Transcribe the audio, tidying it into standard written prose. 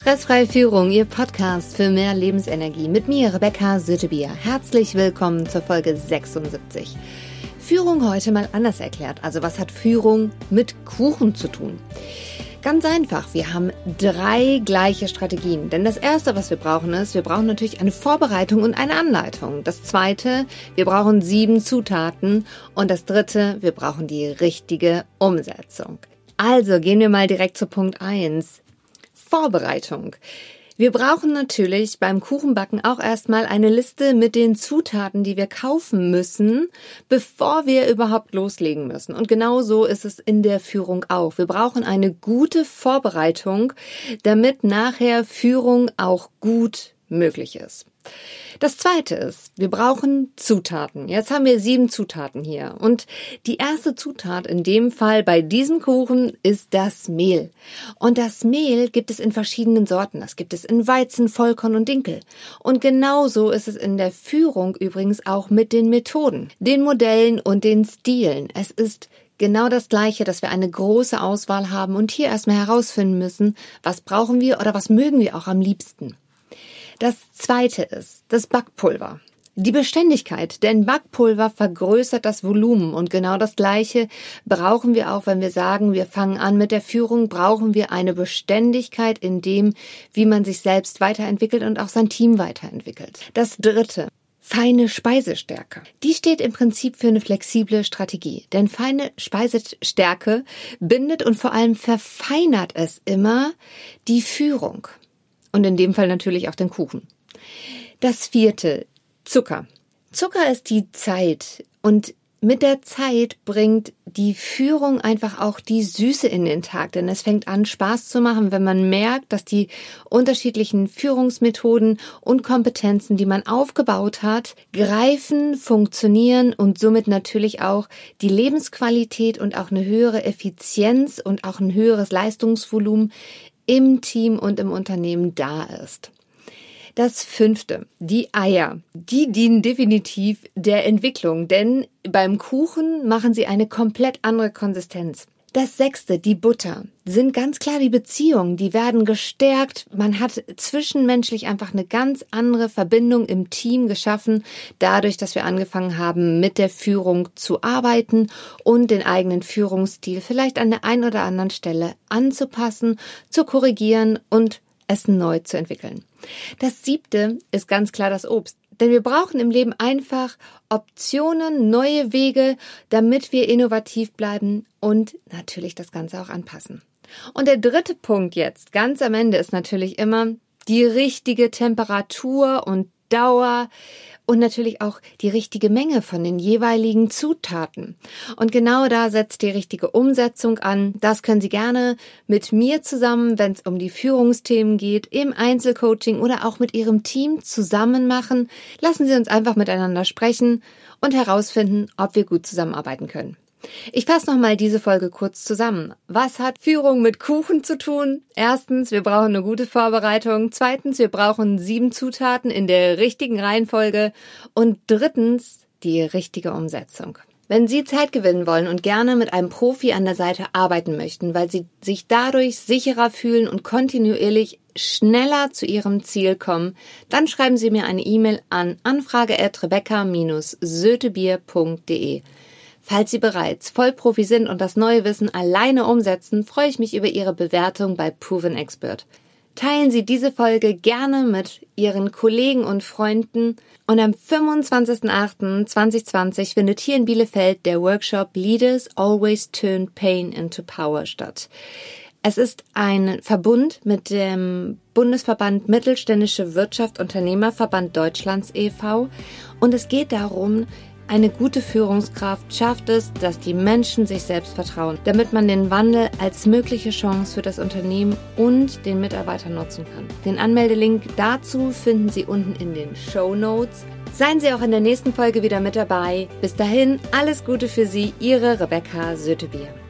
Stressfreie Führung, Ihr Podcast für mehr Lebensenergie. Mit mir, Rebecca Sötebier. Herzlich willkommen zur Folge 76. Führung heute mal anders erklärt. Also was hat Führung mit Kuchen zu tun? Ganz einfach, wir haben 3 gleiche Strategien. Denn das Erste, was wir brauchen, ist, wir brauchen natürlich eine Vorbereitung und eine Anleitung. Das Zweite, wir brauchen 7 Zutaten. Und das Dritte, wir brauchen die richtige Umsetzung. Also gehen wir mal direkt zu Punkt 1. Vorbereitung. Wir brauchen natürlich beim Kuchenbacken auch erstmal eine Liste mit den Zutaten, die wir kaufen müssen, bevor wir überhaupt loslegen müssen. Und genau so ist es in der Führung auch. Wir brauchen eine gute Vorbereitung, damit nachher Führung auch gut möglich ist. Das Zweite ist, wir brauchen Zutaten. Jetzt haben wir 7 Zutaten hier. Und die erste Zutat in dem Fall bei diesem Kuchen ist das Mehl. Und das Mehl gibt es in verschiedenen Sorten. Das gibt es in Weizen, Vollkorn und Dinkel. Und genauso ist es in der Führung übrigens auch mit den Methoden, den Modellen und den Stilen. Es ist genau das Gleiche, dass wir eine große Auswahl haben und hier erstmal herausfinden müssen, was brauchen wir oder was mögen wir auch am liebsten. Das Zweite ist das Backpulver. Die Beständigkeit, denn Backpulver vergrößert das Volumen und genau das Gleiche brauchen wir auch, wenn wir sagen, wir fangen an mit der Führung, brauchen wir eine Beständigkeit in dem, wie man sich selbst weiterentwickelt und auch sein Team weiterentwickelt. Das Dritte, feine Speisestärke. Die steht im Prinzip für eine flexible Strategie, denn feine Speisestärke bindet und vor allem verfeinert es immer die Führung. Und in dem Fall natürlich auch den Kuchen. Das Vierte, Zucker. Zucker ist die Zeit und mit der Zeit bringt die Führung einfach auch die Süße in den Tag, denn es fängt an, Spaß zu machen, wenn man merkt, dass die unterschiedlichen Führungsmethoden und Kompetenzen, die man aufgebaut hat, greifen, funktionieren und somit natürlich auch die Lebensqualität und auch eine höhere Effizienz und auch ein höheres Leistungsvolumen im Team und im Unternehmen da ist. Das Fünfte, die Eier. Die dienen definitiv der Entwicklung, denn beim Kuchen machen sie eine komplett andere Konsistenz. Das Sechste, die Butter, sind ganz klar die Beziehungen, die werden gestärkt. Man hat zwischenmenschlich einfach eine ganz andere Verbindung im Team geschaffen, dadurch, dass wir angefangen haben, mit der Führung zu arbeiten und den eigenen Führungsstil vielleicht an der einen oder anderen Stelle anzupassen, zu korrigieren und es neu zu entwickeln. Das Siebte ist ganz klar das Obst. Denn wir brauchen im Leben einfach Optionen, neue Wege, damit wir innovativ bleiben und natürlich das Ganze auch anpassen. Und der dritte Punkt jetzt, ganz am Ende, ist natürlich immer die richtige Temperatur und Dauer und natürlich auch die richtige Menge von den jeweiligen Zutaten. Und genau da setzt die richtige Umsetzung an. Das können Sie gerne mit mir zusammen, wenn es um die Führungsthemen geht, im Einzelcoaching oder auch mit Ihrem Team zusammen machen. Lassen Sie uns einfach miteinander sprechen und herausfinden, ob wir gut zusammenarbeiten können. Ich fasse nochmal diese Folge kurz zusammen. Was hat Führung mit Kuchen zu tun? Erstens, wir brauchen eine gute Vorbereitung. Zweitens, wir brauchen 7 Zutaten in der richtigen Reihenfolge. Und drittens, die richtige Umsetzung. Wenn Sie Zeit gewinnen wollen und gerne mit einem Profi an der Seite arbeiten möchten, weil Sie sich dadurch sicherer fühlen und kontinuierlich schneller zu Ihrem Ziel kommen, dann schreiben Sie mir eine E-Mail an anfrage@rebecca-sötebier.de. Falls Sie bereits Vollprofi sind und das neue Wissen alleine umsetzen, freue ich mich über Ihre Bewertung bei Proven Expert. Teilen Sie diese Folge gerne mit Ihren Kollegen und Freunden. Und am 25.08.2020 findet hier in Bielefeld der Workshop Leaders Always Turn Pain into Power statt. Es ist ein Verbund mit dem Bundesverband Mittelständische Wirtschaft Unternehmerverband Deutschlands e.V. Und es geht darum, eine gute Führungskraft schafft es, dass die Menschen sich selbst vertrauen, damit man den Wandel als mögliche Chance für das Unternehmen und den Mitarbeiter nutzen kann. Den Anmeldelink dazu finden Sie unten in den Shownotes. Seien Sie auch in der nächsten Folge wieder mit dabei. Bis dahin, alles Gute für Sie, Ihre Rebecca Sötebier.